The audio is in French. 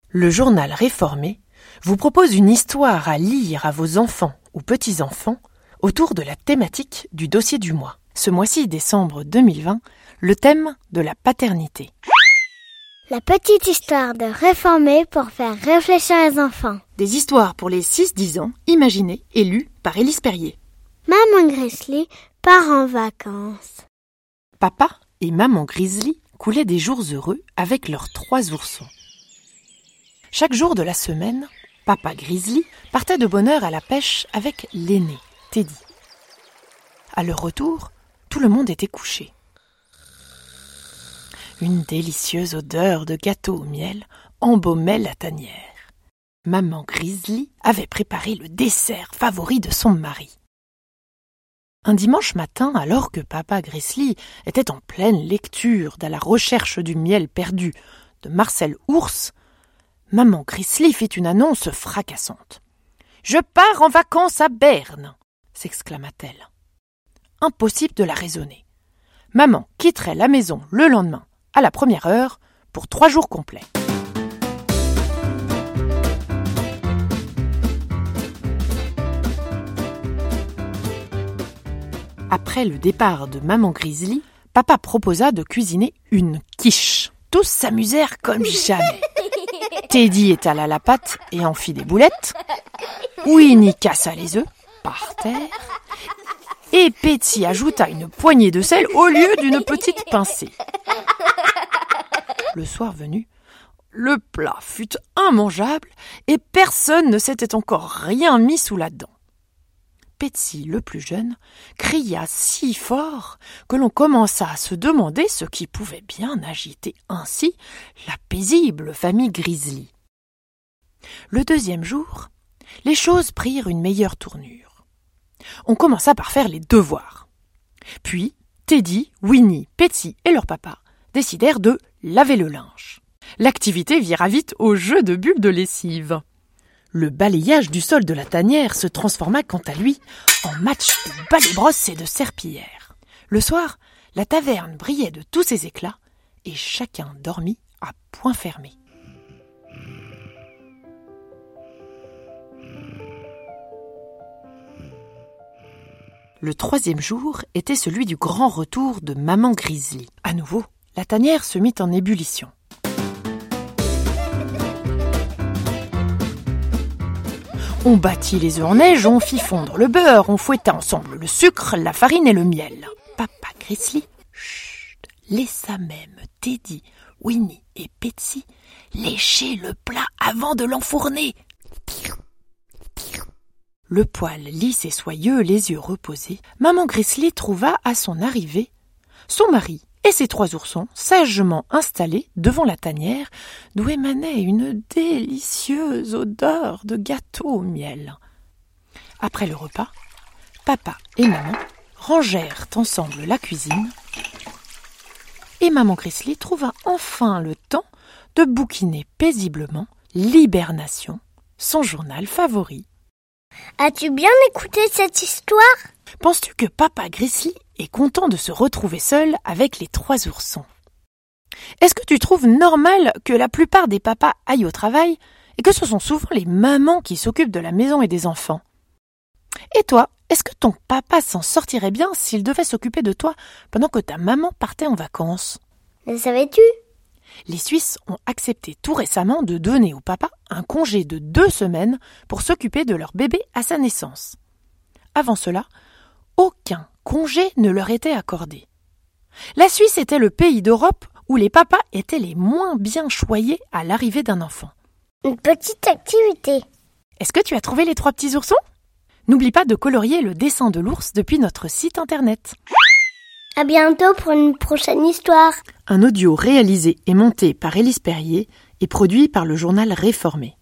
Le journal Réformé vous propose une histoire à lire à vos enfants ou petits-enfants autour de la thématique du dossier du mois. Ce mois-ci, décembre 2020, le thème de la paternité. La petite histoire de Réformé pour faire réfléchir les enfants. Des histoires pour les 6-10 ans, imaginées et lues par Élise Perrier. Maman Grizzly part en vacances. Papa et Maman Grizzly coulaient des jours heureux avec leurs 3 oursons. Chaque jour de la semaine, Papa Grizzly partait de bonne heure à la pêche avec l'aîné, Teddy. À leur retour, tout le monde était couché. Une délicieuse odeur de gâteau au miel embaumait la tanière. Maman Grizzly avait préparé le dessert favori de son mari. Un dimanche matin, alors que Papa Grizzly était en pleine lecture à la recherche du miel perdu de Marcel Ours, Maman Grizzly fit une annonce fracassante. « Je pars en vacances à Berne !» s'exclama-t-elle. Impossible de la raisonner. Maman quitterait la maison le lendemain, à la première heure, pour 3 jours complets. Après le départ de Maman Grizzly, Papa proposa de cuisiner une quiche. Tous s'amusèrent comme jamais. Teddy étala la pâte et en fit des boulettes. Winnie cassa les œufs par terre. Et Petsy ajouta une poignée de sel au lieu d'une petite pincée. Le soir venu, le plat fut immangeable et personne ne s'était encore rien mis sous la dent. Petsy, le plus jeune, cria si fort que l'on commença à se demander ce qui pouvait bien agiter ainsi la paisible famille Grizzly. Le deuxième jour, les choses prirent une meilleure tournure. On commença par faire les devoirs. Puis, Teddy, Winnie, Petsy et leur papa décidèrent de laver le linge. L'activité vira vite au jeu de bulles de lessive. Le balayage du sol de la tanière se transforma quant à lui en match de balai-brosse et de serpillière. Le soir, la taverne brillait de tous ses éclats et chacun dormit à poing fermé. Le 3e jour était celui du grand retour de Maman Grizzly. À nouveau, la tanière se mit en ébullition. On battit les œufs en neige, on fit fondre le beurre, on fouetta ensemble le sucre, la farine et le miel. Papa Grizzly laissa même Teddy, Winnie et Petsy lécher le plat avant de l'enfourner. Le poil lisse et soyeux, les yeux reposés, Maman Grizzly trouva à son arrivée son mari et ses 3 oursons sagement installés devant la tanière d'où émanait une délicieuse odeur de gâteau au miel. Après le repas, Papa et Maman rangèrent ensemble la cuisine et Maman Grizzly trouva enfin le temps de bouquiner paisiblement l'hibernation, son journal favori. As-tu bien écouté cette histoire ? Penses-tu que Papa Grizzly est content de se retrouver seul avec les 3 oursons ? Est-ce que tu trouves normal que la plupart des papas aillent au travail et que ce sont souvent les mamans qui s'occupent de la maison et des enfants ? Et toi, est-ce que ton papa s'en sortirait bien s'il devait s'occuper de toi pendant que ta maman partait en vacances ? Le savais-tu ? Les Suisses ont accepté tout récemment de donner au papa un congé de 2 semaines pour s'occuper de leur bébé à sa naissance. Avant cela, aucun congé ne leur était accordé. La Suisse était le pays d'Europe où les papas étaient les moins bien choyés à l'arrivée d'un enfant. Une petite activité. Est-ce que tu as trouvé les 3 petits oursons ? N'oublie pas de colorier le dessin de l'ours depuis notre site internet. À bientôt pour une prochaine histoire. Un audio réalisé et monté par Élise Perrier et produit par le journal Réformé.